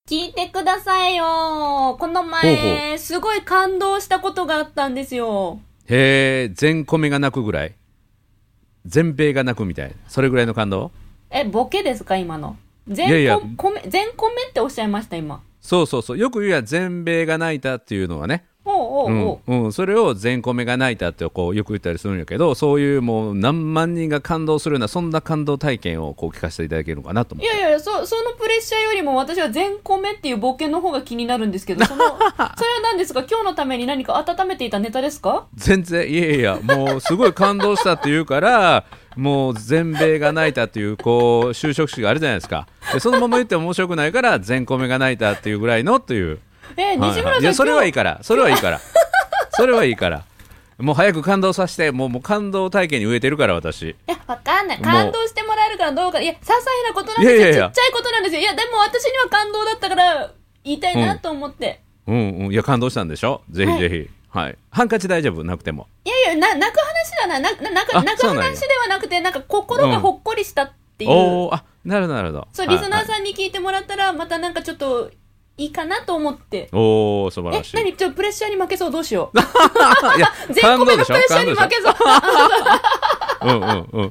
聞いてくださいよ。このほうほ前、すごい感動したことがあったんですよ。 へえ、全米が泣くぐらい、全米が泣くみたいな、それぐらいの感動。 ボケですか今の。 いやいや、 全米っておっしゃいました今。 そうそうそう、よく言うやん、全米が泣いたっていうのはね。それを全米が泣いたってこうよく言ったりするんやけど、そういうもう何万人が感動するようなそんな感動体験をこう聞かせていただけるのかなと思って。 いやいや、そのプレッシャーよりも私は全米っていうボケの方が気になるんですけど、それは何ですか？今日のために何か温めていたネタですか？ 全然、いやいや、もうすごい感動したっていうからもう全米が泣いたっていうこう就職式があるじゃないですか。でそのまま言っても面白くないから全米が泣いたっていうぐらいのっていう。 西村さん、 いやそれはいいからそれはいいからそれはいいから、もう早く感動させて、もう感動体験に飢えてるから私。 いや、わかんない。感動してもらえるからどうか。いや、些細なことなんですよ。 いやいやいやちっちゃいことなんですよ。いや、でも私には感動だったから言いたいなと思って。 いや感動したんでしょ。ぜひぜひ、はい、ハンカチ大丈夫？なくても。 いやいや、泣く話だな。泣く話ではなくて、なんか心がほっこりしたっていう。 なるほどなるほど。 そう、リスナーさんに聞いてもらったら、またなんかちょっといいかなと思って。 素晴らしい。 何ちょっとプレッシャーに負けそう、どうしよう。 いや全米のプレッシャーに負けそう。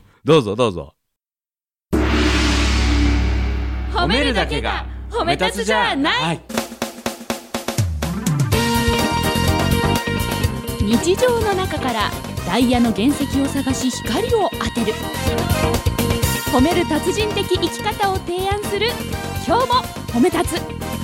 どうぞどうぞ。 褒めるだけが褒め立つじゃない。 日常の中からダイヤの原石を探し光を当てる、褒める達人的生き方を提案する、今日も褒め立つ。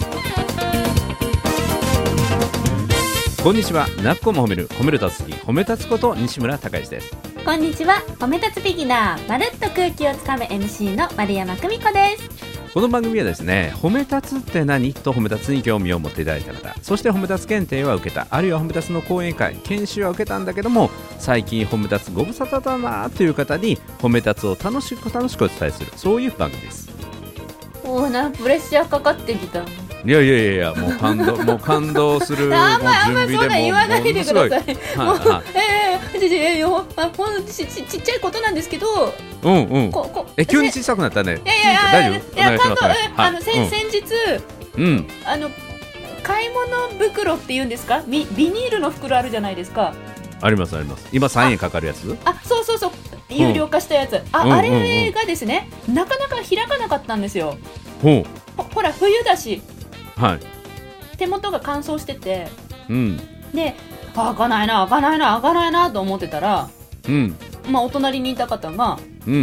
こんにちは。なっこも褒める達人、褒め立つこと西村孝之です。 こんにちは。褒め立つビギナー、まるっと空気をつかむ MC の丸山久美子です。 この番組はですね、褒め立つって何と褒め立つに興味を持っていただいた方、そして褒め立つ検定は受けた、あるいは褒め立つの講演会研修は受けたんだけども、最近褒め立つご無沙汰だなという方に褒め立つを楽しくお伝えする、そういう番組です。 プレッシャーかかってきた。 いやもう感動するあんま準備でもそんな言わないでください。ちっちゃいことなんですけど、 急に小さくなったね。 大丈夫？先日、買い物袋っていうんですか、ビニールの袋あるじゃないですか。 あります今3円かかるやつ。 そう有料化したやつ。あれがですね、なかなか開かなかったんですよ。ほら冬だし、手元が乾燥してて、で開かないなと思ってたら、お隣にいた方が、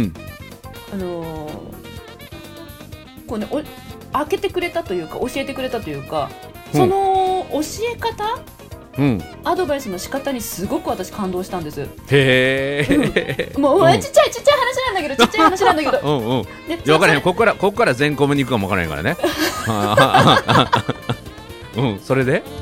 こうね、開けてくれたというか教えてくれたというか、その教え方、アドバイスの仕方にすごく私感動したんです。 へえ、もうちっちゃい話なんだけど、 分からへん。ここから全コムに行くかも分からへんからね。それで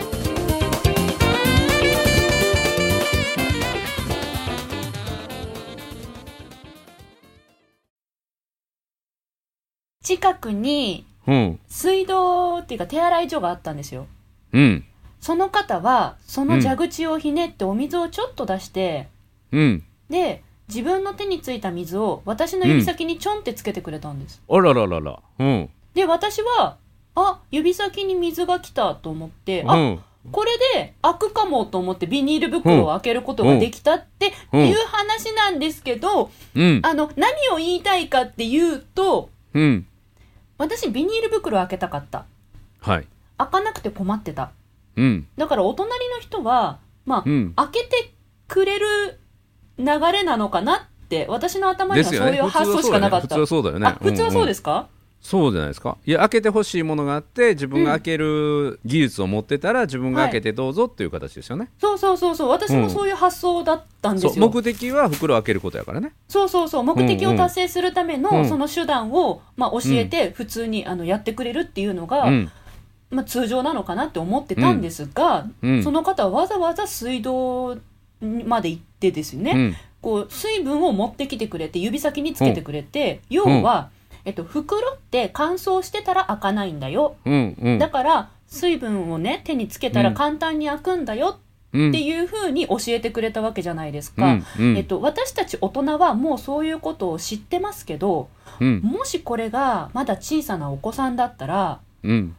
近くに水道っていうか手洗い所があったんですよ。その方はその蛇口をひねってお水をちょっと出して、で自分の手についた水を私の指先にちょんってつけてくれたんです。 あらららら。 で私は指先に水が来たと思って、これで開くかもと思ってビニール袋を開けることができたっていう話なんですけど、何を言いたいかっていうと、私ビニール袋を開けたかった、開かなくて困ってた、だからお隣の人は開けてくれる流れなのかなって、私の頭にはそういう発想しかなかった。 普通はそうだよね。 普通はそうですか？ そうじゃないですか。いや、開けてほしいものがあって自分が開ける技術を持ってたら自分が開けてどうぞっていう形ですよね。 そう私もそういう発想だったんですよ。 目的は袋を開けることやからね。 そう目的を達成するためのその手段を教えて普通にやってくれるっていうのが、通常なのかなって思ってたんですが、その方はわざわざ水道まで行ってですね、こう水分を持ってきてくれて指先につけてくれて、要は袋って乾燥してたら開かないんだよ、だから水分をね手につけたら簡単に開くんだよっていう風に教えてくれたわけじゃないですか。私たち大人はもうそういうことを知ってますけど、もしこれがまだ小さなお子さんだったら、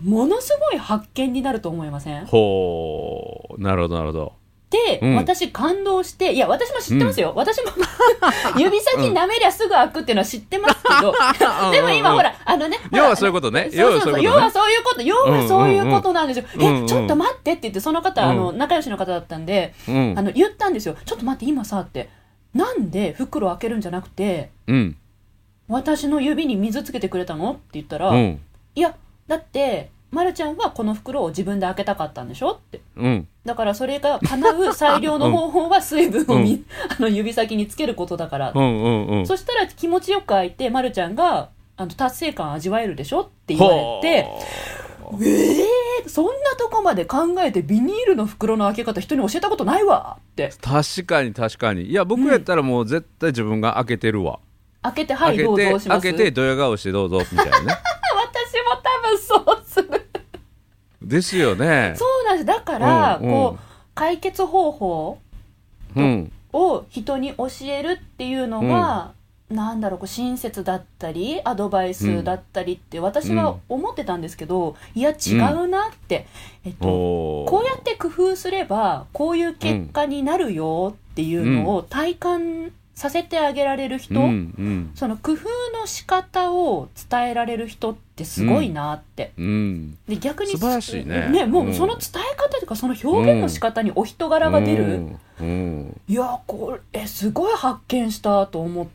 ものすごい発見になると思いません？ ほう、なるほどなるほど。 で、私感動して、いや私も知ってますよ、私も指先舐めりゃすぐ開くっていうのは知ってますけどでも今ほら要はそういうことね。 要はそういうことなんですよ。ちょっと待ってって言って、その方仲良しの方だったんで、言ったんですよ。ちょっと待って、今さって、なんで袋開けるんじゃなくて、私の指に水つけてくれたのって言ったら、いやだってまるちゃんはこの袋を自分で開けたかったんでしょって、だからそれが叶う最良の方法は水分を指先につけることだから、そしたら気持ちよく開いてまるちゃんが達成感味わえるでしょって言われて、そんなとこまで考えてビニールの袋の開け方人に教えたことないわって。 確かに確かに。いや僕やったらもう絶対自分が開けてるわ。 開けて、はいどうぞします。 開けてドヤ顔してどうぞみたいなね私も多分そうするですよね。 そうなんです。だから、こう解決方法を人に教えるっていうのが、なんだろう、こう親切だったりアドバイスだったりって私は思ってたんですけど、いや違うなって、こうやって工夫すればこういう結果になるよっていうのを体感させてあげられる人、その工夫の仕方を伝えられる人ってすごいなって、で逆に素晴らしいね。 もうその伝え方というかその表現の仕方にお人柄が出る、いやこれすごい発見したと思って、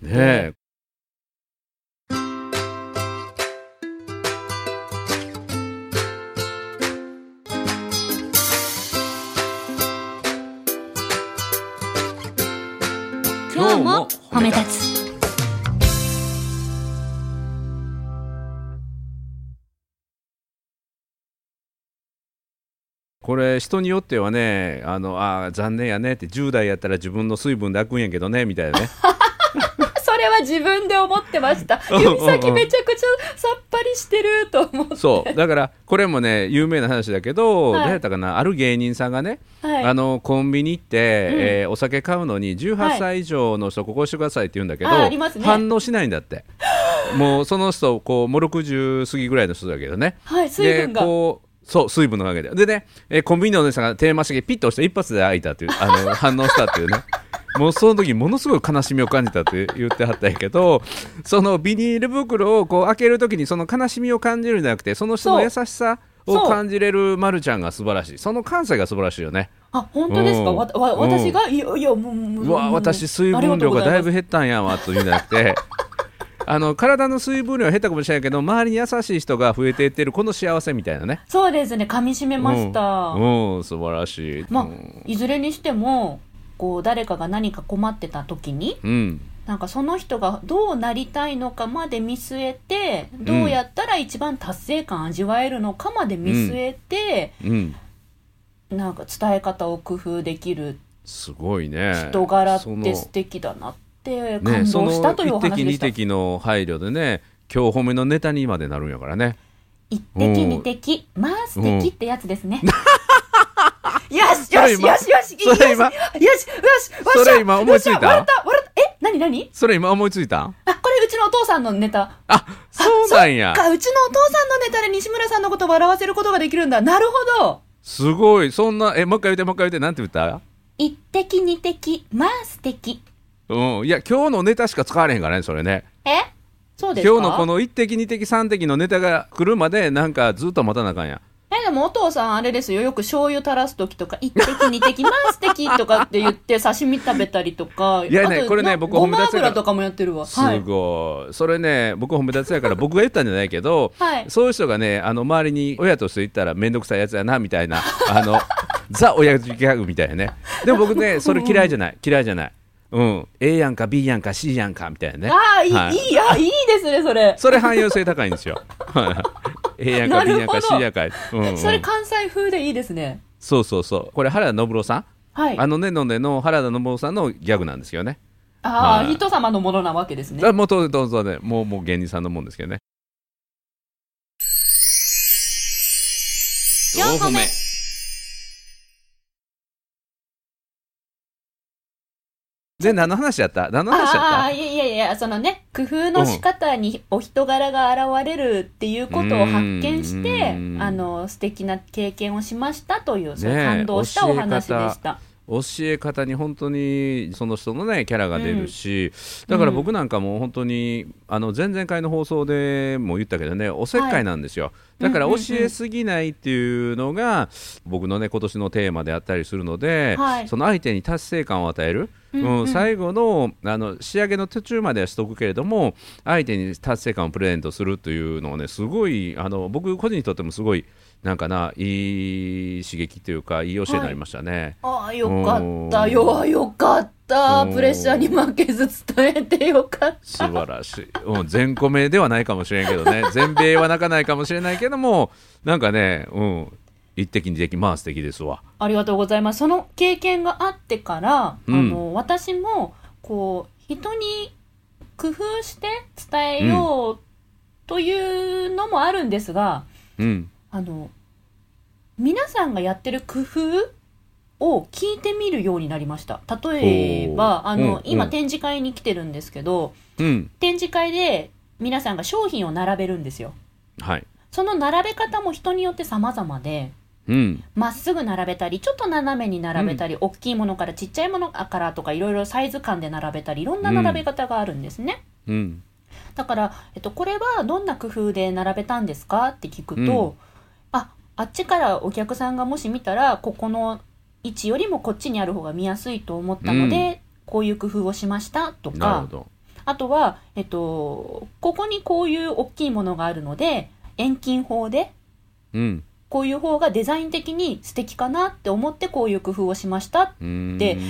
今日も褒め立つ。 これ人によってはね、残念やねって10代やったら自分の水分で開くんやけどねみたいなねそれは自分で思ってました。指先めちゃくちゃさっぱりしてると思って。 そうだからこれもね有名な話だけど、どうやったかな、ある芸人さんがね、コンビニ行って、お酒買うのに18歳以上の人ここしてくださいって言うんだけど、反応しないんだってもうその人こうもう60過ぎぐらいの人だけどね、 水分がそう水分のおかげでね、コンビニのお姉さんが手回しでピッと押して一発で開いたっていう反応したっていうねもうその時ものすごい悲しみを感じたって言ってはったんやけど、そのビニール袋をこう開ける時にその悲しみを感じるんじゃなくて、その人の優しさを感じれるまるちゃんが素晴らしい。その感性が素晴らしいよね。 本当ですか。私がいやもう私水分量がだいぶ減ったんやわというんじゃなくて体の水分量は減ったかもしれないけど周りに優しい人が増えていってるこの幸せみたいなね。 そうですね、噛み締めました。 素晴らしい。 いずれにしてもこう誰かが何か困ってた時に、なんかその人がどうなりたいのかまで見据えて、どうやったら一番達成感味わえるのかまで見据えて、なんか伝え方を工夫できるすごいね人柄って素敵だなって感動したというお話でした。 一滴二滴の配慮でね、今日褒めのネタにまでなるんやからね。 一滴二滴まあ素敵ってやつですね。よしよしよしよしそれ今それ今思いついた。 笑った。何それ今思いついた。 これうちのお父さんのネタ。 そうなんや。 うちのお父さんのネタで西村さんのことを笑わせることができるんだ。なるほど。 すごい。そんなもう一回言ってなんて言った？ 一滴二滴まあ素敵。 いや今日のネタしか使われへんからねそれね。 そうですか。 今日のこの一滴二滴三滴のネタが来るまでなんかずっと待たなあかんや。 でもお父さんあれですよ、よく醤油垂らす時とか一滴二滴まあ素敵とかって言って刺身食べたりとか、 いやねこれね僕ごま油とかもやってるわ。 すごい。それね僕褒め立つやから僕が言ったんじゃないけど、そういう人がね周りに親として言ったらめんどくさいやつやなみたいなザ親父ギャグみたいなね。でも僕ねそれ嫌いじゃない。A やんか B やんか C やんかみたいなね。いいですねそれ。 それ汎用性高いんですよ。A やんか B やんか C やんか、 それ関西風でいいですね。 そうこれ原田信郎さん、ねのねの原田信郎さんのギャグなんですよね。 人様のものなわけですね。 もうどうぞね、もう芸人さんのもんですけどね。 4個目。 で何の話やったいやいや、そのね、工夫の仕方にお人柄が現れるっていうことを発見して、素敵な経験をしましたという、そう感動したお話でした。 教え方に本当にその人のねキャラが出るし、だから僕なんかも本当に前々回の放送でも言ったけどね、おせっかいなんですよ、だから教えすぎないっていうのが僕のね今年のテーマであったりするので、その相手に達成感を与える、最後の仕上げの途中まではしとくけれども相手に達成感をプレゼントするというのをね、すごい僕個人にとってもすごいなんかいい刺激というかいい教えになりましたね。 よかったよかった、プレッシャーに負けず伝えてよかった。 素晴らしい、全米米ではないかもしれんけどね全米は泣かないかもしれないけどもなんかね、一滴二滴素敵ですわ。 ありがとうございます。その経験があってから、私もこう人に工夫して伝えようというのもあるんですが、皆さんがやってる工夫を聞いてみるようになりました。例えば今展示会に来てるんですけど、展示会で皆さんが商品を並べるんですよ。その並べ方も人によって様々で、まっすぐ並べたりちょっと斜めに並べたり、大きいものからちっちゃいものからとかいろいろサイズ感で並べたりいろんな並べ方があるんですね。だから、これはどんな工夫で並べたんですかって聞くと、あっちからお客さんがもし見たらここの位置よりもこっちにある方が見やすいと思ったので、こういう工夫をしましたとか、あとは、ここにこういう大きいものがあるので遠近法で、こういう方がデザイン的に素敵かなって思ってこういう工夫をしましたって、なんて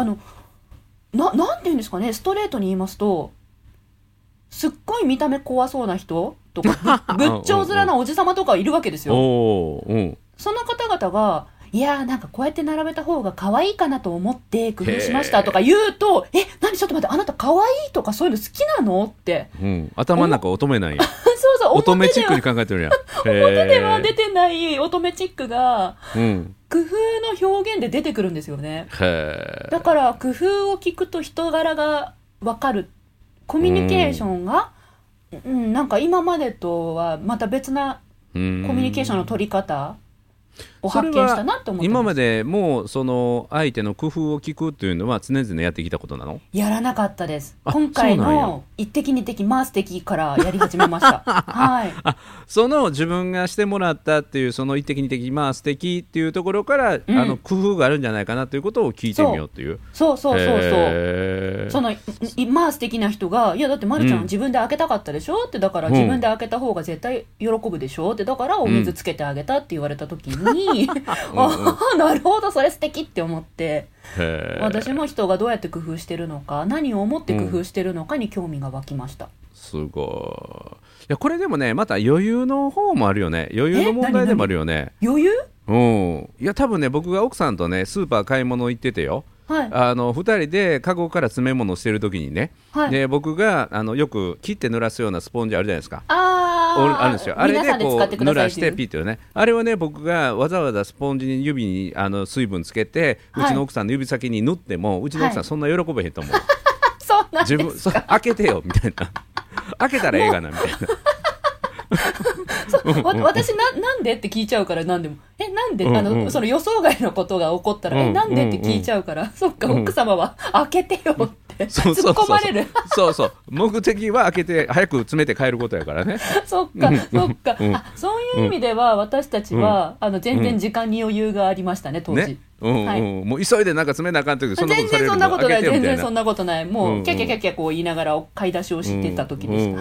いうんですかね、ストレートに言いますと、すっごい見た目怖そうな人とか仏頂面なおじさまとかいるわけですよ。その方々がいやなんかこうやって並べた方が可愛いかなと思って工夫しましたとか言うと、何ちょっと待って、あなた可愛いとかそういうの好きなのって、 頭の中乙女なんやそう乙女チックに考えてるやん表では出てない乙女チックが、工夫の表現で出てくるんですよね。だから工夫を聞くと人柄が分かる、コミュニケーションが、なんか今までとはまた別なコミュニケーションの取り方を発見したなと思ってます。 今までもうその相手の工夫を聞くっていうのは常々やってきたことなの？ やらなかったです。今回の一滴二滴素敵からやり始めましたその自分がしてもらったっていうその一滴二滴素敵っていうところから、工夫があるんじゃないかなということを聞いてみようっていう。 そうその素敵な人が、いやだってまるちゃん、自分で開けたかったでしょって、だから自分で開けた方が絶対喜ぶでしょって、だからお水つけてあげたって言われた時に、なるほどそれ素敵って思って、私も人がどうやって工夫してるのか、何を思って工夫してるのかに興味が湧きました。 すごい。いやこれでもねまた余裕の方もあるよね。余裕の問題でもあるよね。 余裕？ いや多分ね僕が奥さんとねスーパー買い物行っててよ、2人でカゴから詰め物してる時にね、で僕がよく切って濡らすようなスポンジあるじゃないですか。あるんですよ。あれでこう濡らしてピッとね、あれはね僕がわざわざスポンジに指に水分つけて、うちの奥さんの指先に塗ってもうちの奥さんそんな喜べへんと思う。 そうなんですか。 開けてよみたいな開けたらええがなみたいな私なんでって聞いちゃうから、何でもなんで、その予想外のことが起こったら、なんでって聞いちゃうから、そっか、奥様は開けてよって突っ込まれる。 そう目的は開けて早く詰めて帰ることやからね。 そっかそういう意味では私たちは、全然時間に余裕がありましたね当時。 もう急いでなんか詰めなあかんときそんなことされるの？ 全然そんなことない。もうキャキャキャキャこう言いながら買い出しをしてた時でした。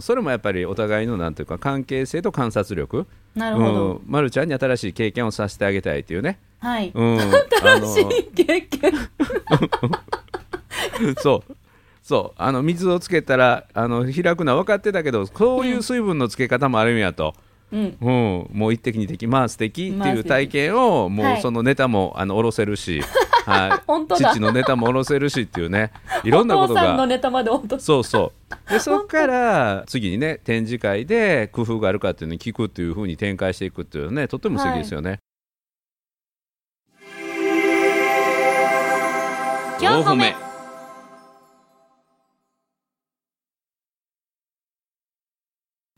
それもやっぱりお互いのなんていうか関係性と観察力。 なるほど。 まるちゃんに新しい経験をさせてあげたいっていうね。 新しい経験そう水をつけたら開くのは分かってたけど、こういう水分のつけ方もあるんやと。もう一滴二滴素敵っていう体験をもうそのネタも下ろせるし、父のネタも下ろせるしっていうね、いろんなことが。 お父さんのネタまででそこから次にね展示会で工夫があるかっていうのを聞くっていう風に展開していくっていうのはね、とっても素敵ですよね。 4歩目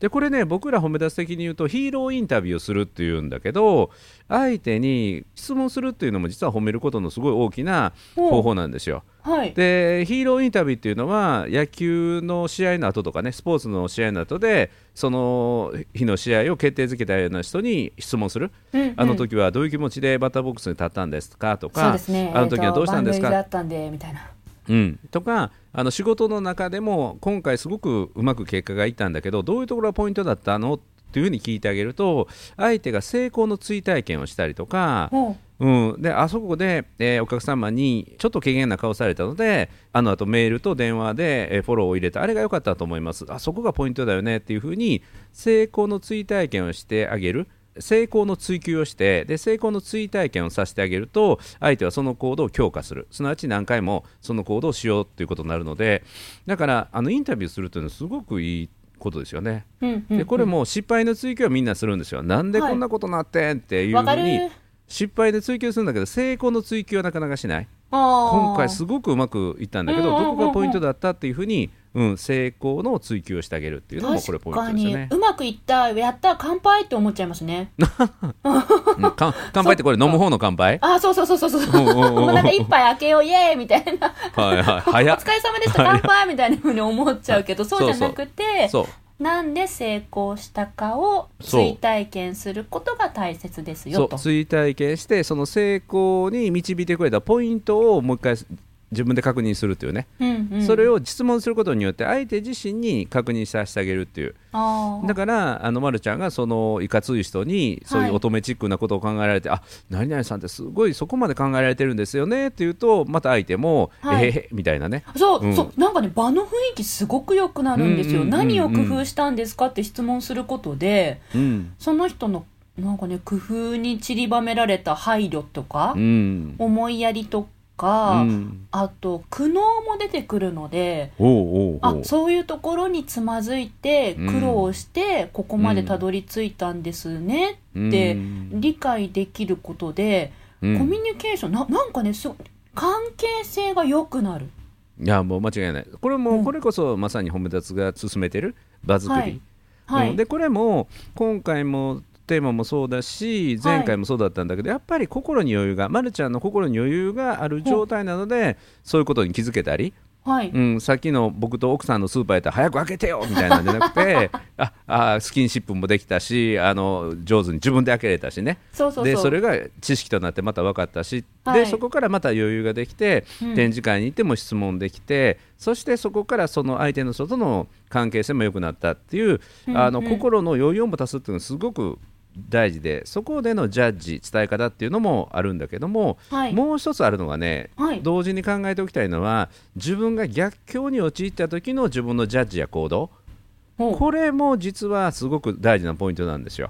でこれね、僕ら褒め立つ的に言うとヒーローインタビューをするっていうんだけど、相手に質問するっていうのも実は褒めることのすごい大きな方法なんですよ。 はい、 でヒーローインタビューっていうのは野球の試合の後とかね、スポーツの試合の後でその日の試合を決定づけたような人に質問する、あの時はどういう気持ちでバッターボックスに立ったんですかとか、 そうですね、 あの時はどうしたんですか、 満塁だったんでみたいな、 とか仕事の中でも今回すごくうまく結果がいったんだけど、どういうところがポイントだったのっていうふうに聞いてあげると、相手が成功の追体験をしたりとか、であそこで、お客様にちょっと軽減な顔されたので、あの後メールと電話で、フォローを入れた、あれが良かったと思います、あそこがポイントだよねっていうふうに成功の追体験をしてあげる、成功の追求をして、で成功の追体験をさせてあげると、相手はその行動を強化する、すなわち何回もその行動をしようということになるので、だからインタビューするというのはすごくいいことですよね。でこれも失敗の追求はみんなするんですよ。なんでこんなことなってんっていうふうに失敗で追求するんだけど、成功の追求はなかなかしない。今回すごくうまくいったんだけど、どこがポイントだったっていうふうに、成功の追求をしてあげるっていうのもこれポイントですよね。 確かにうまくいった、やった乾杯って思っちゃいますね。 乾杯ってこれ飲む方の乾杯？ あ、そうもうなんか一杯開けようイエーイみたいなはいはい早っお疲れ様でした乾杯みたいな風に思っちゃうけど、そうじゃなくて、 そうなんで成功したかを追体験することが大切ですよと。 そう追体験して、その成功に導いてくれたポイントをもう一回自分で確認するというね、それを質問することによって相手自身に確認させてあげるっていう。だからまるちゃんがそのいかつい人にそういう乙女チックなことを考えられて、何々さんってすごいそこまで考えられてるんですよねっていうと、また相手も、みたいなね、 そうなんかね、場の雰囲気すごく良くなるんですよ。何を工夫したんですかって質問することで、その人のなんかね、工夫に散りばめられた配慮とか、思いやりとか、あと苦悩も出てくるので、そういうところにつまずいて苦労してここまでたどり着いたんですねって理解できることで、コミュニケーションなんかね、関係性が良くなる。 いやもう間違いない。これもこれこそまさに褒め立つが進めてる場作り、でこれも今回もテーマもそうだし前回もそうだったんだけど、やっぱり心に余裕が、まるちゃんの心に余裕がある状態なので、そういうことに気づけたり、さっきの僕と奥さんのスーパーやったら早く開けてよみたいなんじゃなくてスキンシップもできたし、上手に自分で開けれたしね。でそれが知識となってまた分かったし、でそこからまた余裕ができて、展示会に行っても質問できて、そしてそこからその相手の人との関係性も良くなったっていう、心の余裕を持たすっていうのはすごく大事で、そこでのジャッジ伝え方っていうのもあるんだけども、もう一つあるのがね、同時に考えておきたいのは、自分が逆境に陥った時の自分のジャッジや行動、これも実はすごく大事なポイントなんですよ。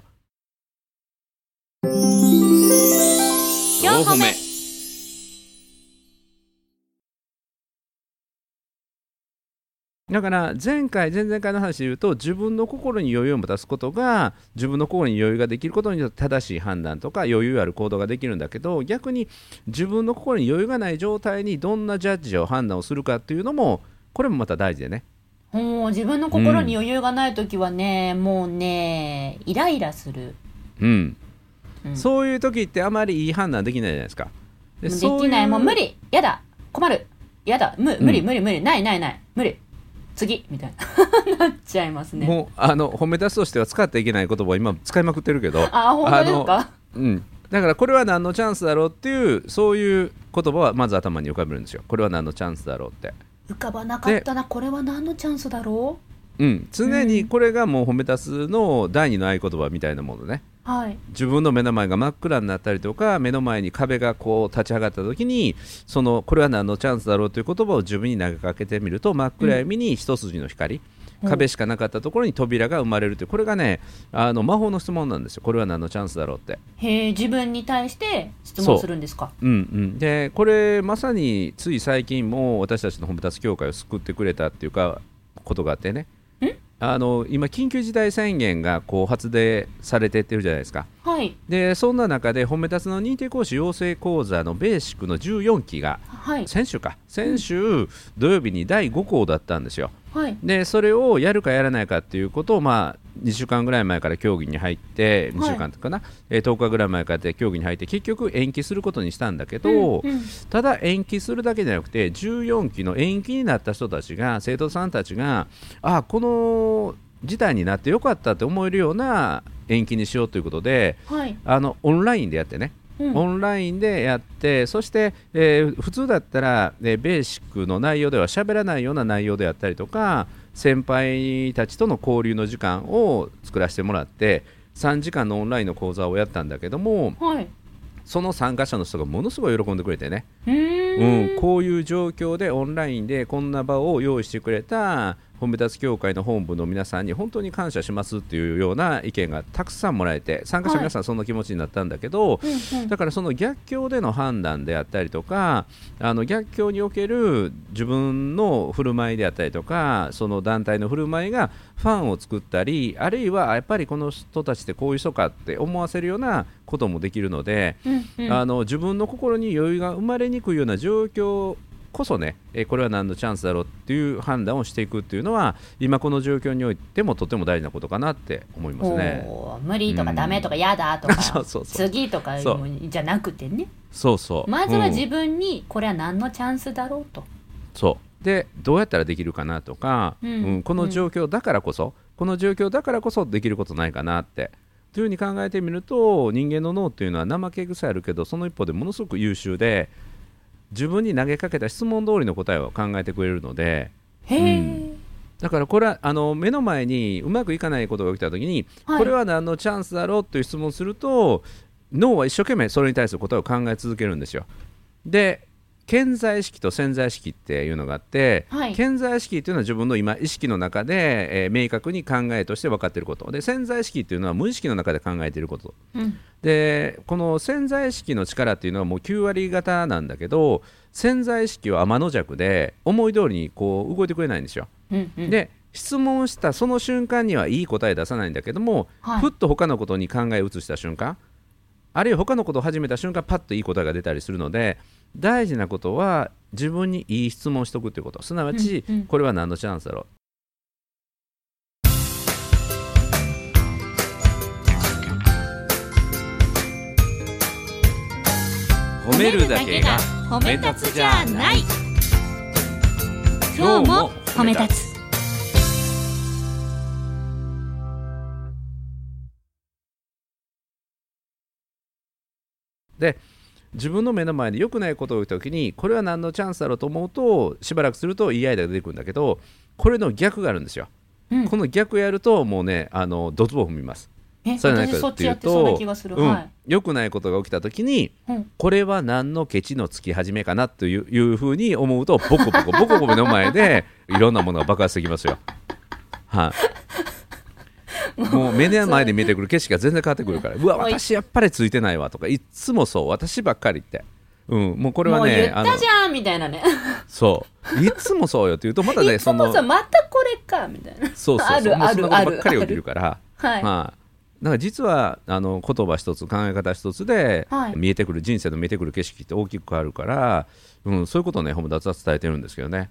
4歩目。 だから前々回の話で言うと、自分の心に余裕を持たすことが、自分の心に余裕ができることによって正しい判断とか余裕ある行動ができるんだけど、逆に自分の心に余裕がない状態にどんなジャッジを判断をするかっていうのも、これもまた大事でね。 自分の心に余裕がないときはね、もうねイライラする、 そういう時ってあまりいい判断できないじゃないですか。 できない、もう無理、やだ、困る、やだ、無理、ない無理、次みたいななっちゃいますね。 もう褒め出すとしては使っていけない言葉を今使いまくってるけど、 本当ですか？ だからこれは何のチャンスだろうっていう、そういう言葉はまず頭に浮かべるんですよ。これは何のチャンスだろうって。 浮かばなかったな。これは何のチャンスだろう。常にこれがもう褒め出すの第二の合言葉みたいなものね。自分の目の前が真っ暗になったりとか、目の前に壁がこう立ち上がった時に、これは何のチャンスだろうという言葉を自分に投げかけてみると、真っ暗闇に一筋の光、壁しかなかったところに扉が生まれるという、これがね魔法の質問なんですよ。これは何のチャンスだろうって。 自分に対して質問するんですか？ でこれまさについ最近も私たちの褒め立つ協会を救ってくれたっていうかことがあってね、今緊急事態宣言がこう発令されてってるじゃないですか。でそんな中で褒め立つの認定講師養成講座のベーシックの14期が、先週土曜日に第5講だったんですよ。 はい、 でそれをやるかやらないかっていうことを、2週間ぐらい前から協議に入って、2週間かな、10日ぐらい前から協議に入って結局延期することにしたんだけど、ただ延期するだけじゃなくて14期の延期になった人たちが、生徒さんたちがこの事態になってよかったって思えるような延期にしようということで、オンラインでやってね、オンラインでやって、そして、普通だったら、ベーシックの内容では喋らないような内容であったりとか、先輩たちとの交流の時間を作らせてもらって3時間のオンラインの講座をやったんだけども、その参加者の人がものすごい喜んでくれてね、こういう状況でオンラインでこんな場を用意してくれた褒め立つ協会の本部の皆さんに本当に感謝しますっていうような意見がたくさんもらえて、参加者皆さんそんな気持ちになったんだけど、だからその逆境での判断であったりとか、逆境における自分の振る舞いであったりとか、その団体の振る舞いがファンを作ったり、あるいはやっぱりこの人たちってこういう人かって思わせるようなこともできるので、自分の心に余裕が生まれにくいような状況こそね、これは何のチャンスだろうっていう判断をしていくっていうのは、今この状況においてもとても大事なことかなって思いますね。 無理とかダメとか嫌だとか次とかじゃなくてね、まずは自分にこれは何のチャンスだろうと、 そうでどうやったらできるかなとか、この状況だからこそ、この状況だからこそできることないかなってというふうに考えてみると、人間の脳っていうのは怠け癖あるけど、その一方でものすごく優秀で、自分に投げかけた質問通りの答えを考えてくれるので、だからこれは目の前にうまくいかないことが起きたときに、これは何のチャンスだろうという質問をすると、脳は一生懸命それに対する答えを考え続けるんですよ。で顕在意識と潜在意識っていうのがあって、顕在意識っていうのは自分の今意識の中で、明確に考えとして分かっていることで、潜在意識っていうのは無意識の中で考えていること、でこの潜在意識の力っていうのはもう9割方なんだけど、潜在意識は天の弱で思い通りにこう動いてくれないんですよ。で質問したその瞬間にはいい答え出さないんだけども、ふっと他のことに考え移した瞬間、あるいは他のことを始めた瞬間、パッといい答えが出たりするので、大事なことは自分にいい質問をしておくということ、すなわち、これは何のチャンスだろう。褒めるだけが褒め立つじゃない。 今日も褒め立つ。 で自分の目の前で良くないことが起きた時に、これは何のチャンスだろうと思うと、しばらくするといいアイデアが出てくるんだけど、これの逆があるんですよ。この逆やるともうね、ドツボを踏みます。それは何かっていうと、良くないことが起きた時に、これは何のケチのつき始めかなというふうに思うと、ボコボコ目の前でいろんなものが爆発してきますよ。もう目の前で見えてくる景色が全然変わってくるから、うわ私やっぱりついてないわとか、いつもそう私ばっかりって、もうこれはね、 もう言ったじゃんみたいなね、 そういつもそうよって言うと、またね、 いつもさまたこれかみたいな、 そうあるそんなことばっかり起きるから、だから実は言葉一つ考え方一つで、見えてくる人生の見えてくる景色って大きく変わるから、そういうことをね褒め立つは伝えてるんですけどね。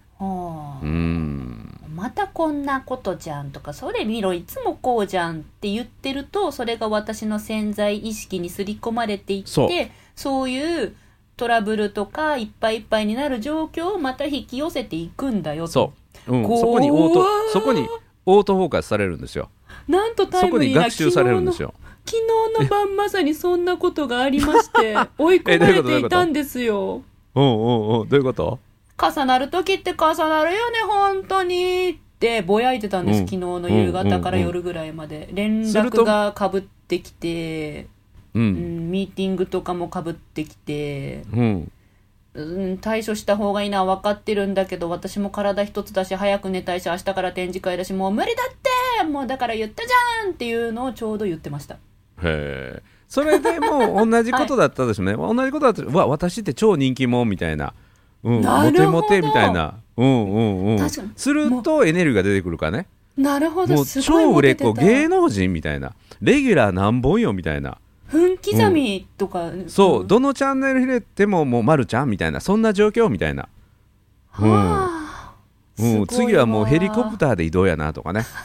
またこんなことじゃんとか、それ見ろいつもこうじゃんって言ってると、それが私の潜在意識に刷り込まれていって、そういうトラブルとかいっぱいいっぱいになる状況をまた引き寄せていくんだよと。そこにオートフォーカスされるんですよ。なんとタイムリーな、昨日の晩まさにそんなことがありまして追い込まれていたんですよ。 どういうこと？ 重なる時って重なるよね本当にってぼやいてたんです、昨日の夕方から夜ぐらいまで。連絡がかぶってきて、ミーティングとかもかぶってきて、対処した方がいいのは分かってるんだけど、私も体一つだし早く寝たいし、明日から展示会だし、もう無理だって、もうだから言ったじゃんっていうのをちょうど言ってました。 へー、それでも同じことだったですね、同じことだったら、私って超人気者みたいな、モテモテみたいな、するとエネルギーが出てくるからね。 なるほど、 もう超売れっ子芸能人みたいな、レギュラー何本よみたいな、 分刻みとか、 どのチャンネル入れてももうまるちゃんみたいな、そんな状況みたいな、 次はもうヘリコプターで移動やなとかね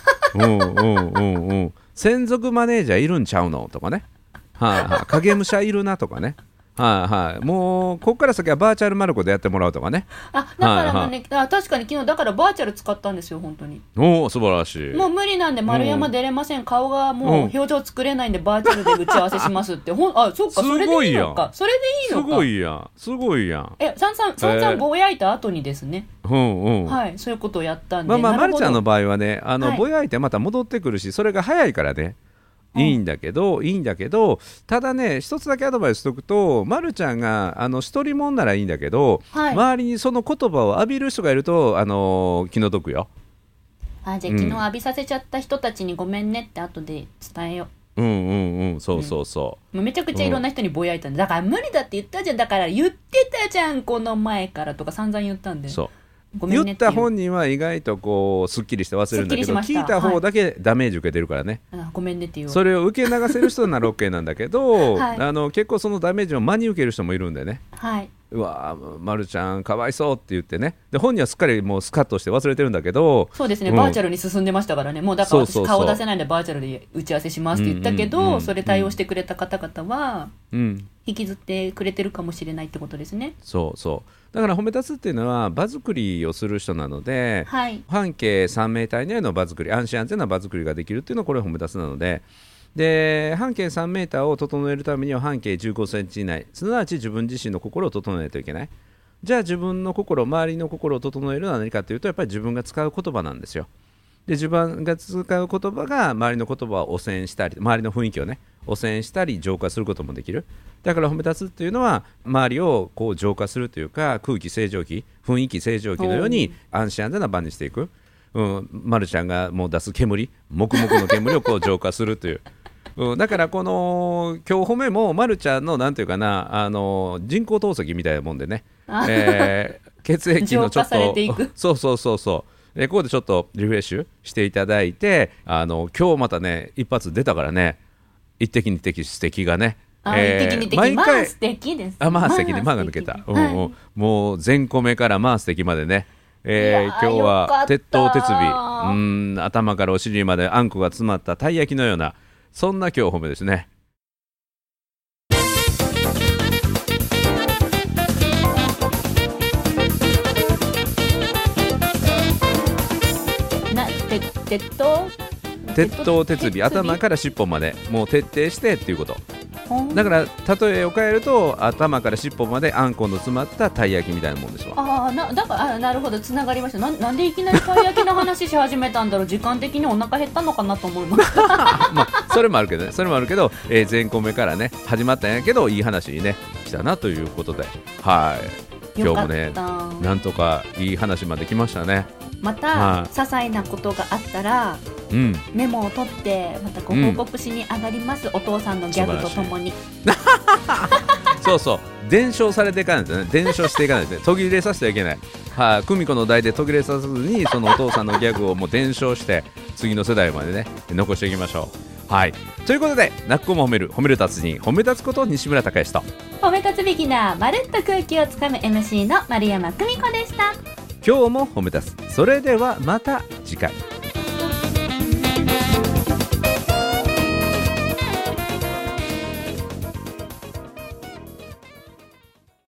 専属マネージャーいるんちゃうのとかね、影武者いるなとかね、もうここから先はバーチャルマルコでやってもらうとかね。 だからね、確かに昨日だからバーチャル使ったんですよ本当に。 素晴らしい。 もう無理なんで丸山出れません、顔がもう表情作れないんでバーチャルで打ち合わせしますってそっか、それでいいのか。それでいいのか。 すごいやんすごいやん。 散々ぼやいた後にですね、そういうことをやったんで、 まるちゃんの場合はねぼやいてまた戻ってくるし、それが早いからねいいんだけど、ただね一つだけアドバイスしとくと、まるちゃんが一人もんならいいんだけど、周りにその言葉を浴びる人がいると気の毒よ。 じゃあ昨日浴びさせちゃった人たちにごめんねって後で伝えよう。そうめちゃくちゃいろんな人にぼやいたんで、だから無理だって言ったじゃん、だから言ってたじゃんこの前からとか散々言ったんで、ごめんね言った本人は意外とこうすっきりして忘れるんだけど、聞いた方だけダメージ受けてるからね、 ごめんねっていう、 それを受け流せる人なら OK なんだけど、結構そのダメージを真に受ける人もいるんでね、うわまるちゃんかわいそうって言ってね、で本人はすっかりもうスカッとして忘れてるんだけど、 そうですね、バーチャルに進んでましたからね。もうだから私顔出せないんでバーチャルで打ち合わせしますって言ったけど、それ対応してくれた方々は引きずってくれてるかもしれないってことですね。 だから褒め立つっていうのは場作りをする人なので、半径3メーター以内の場作り、安心安全な場作りができるっていうのはこれ褒め立つなので、半径3メーターを整えるためには半径15センチ以内、すなわち自分自身の心を整えないといけない。じゃあ自分の心、周りの心を整えるのは何かというと、やっぱり自分が使う言葉なんですよ。で自分が使う言葉が周りの言葉を汚染したり、周りの雰囲気をね汚染したり浄化することもできる。だから褒め立つっていうのは周りをこう浄化するというか、空気清浄機、雰囲気清浄機のように安心安全な場にしていく。まるちゃんがもう出す煙、黙々の煙をこう浄化するというだからこの今日褒めもまるちゃんのなんていうかな、人工透析みたいなもんでね、血液のちょっとここでちょっとリフレッシュしていただいて、今日またね一発出たからね、一滴二滴素敵がね、 毎回素敵です。 素敵ね、が抜けた、もう全個目から素敵までね、今日は鉄頭鉄尾、頭からお尻まであんこが詰まったたい焼きのような、そんな今日褒めですね。鉄頭鉄尾、頭から尻尾までもう徹底してっていうことだから、例えを変えると頭から尻尾まであんこの詰まったたい焼きみたいなもんですわ。 だからなるほど、つながりました。なんでいきなりたい焼きの話し始めたんだろう時間的にお腹減ったのかなと思いましたそれもあるけどね、前個目からね始まったんやけど、いい話にね来たなということで、今日もねなんとかいい話まで来ましたね。 また、些細なことがあったら、メモを取ってまたご報告しに上がります、お父さんのギャグとともに伝承されていかないですね。伝承していかないですね。途切れさせてはいけない。久美子の代で途切れさせずに、そのお父さんのギャグをもう伝承して次の世代までね残していきましょう。ということで、泣く子も褒める、褒める達人、褒め立つこと西村孝之と褒め立つビギナー、まるっと空気をつかむ MC の丸山久美子でした。 今日も褒め立つ。それではまた次回。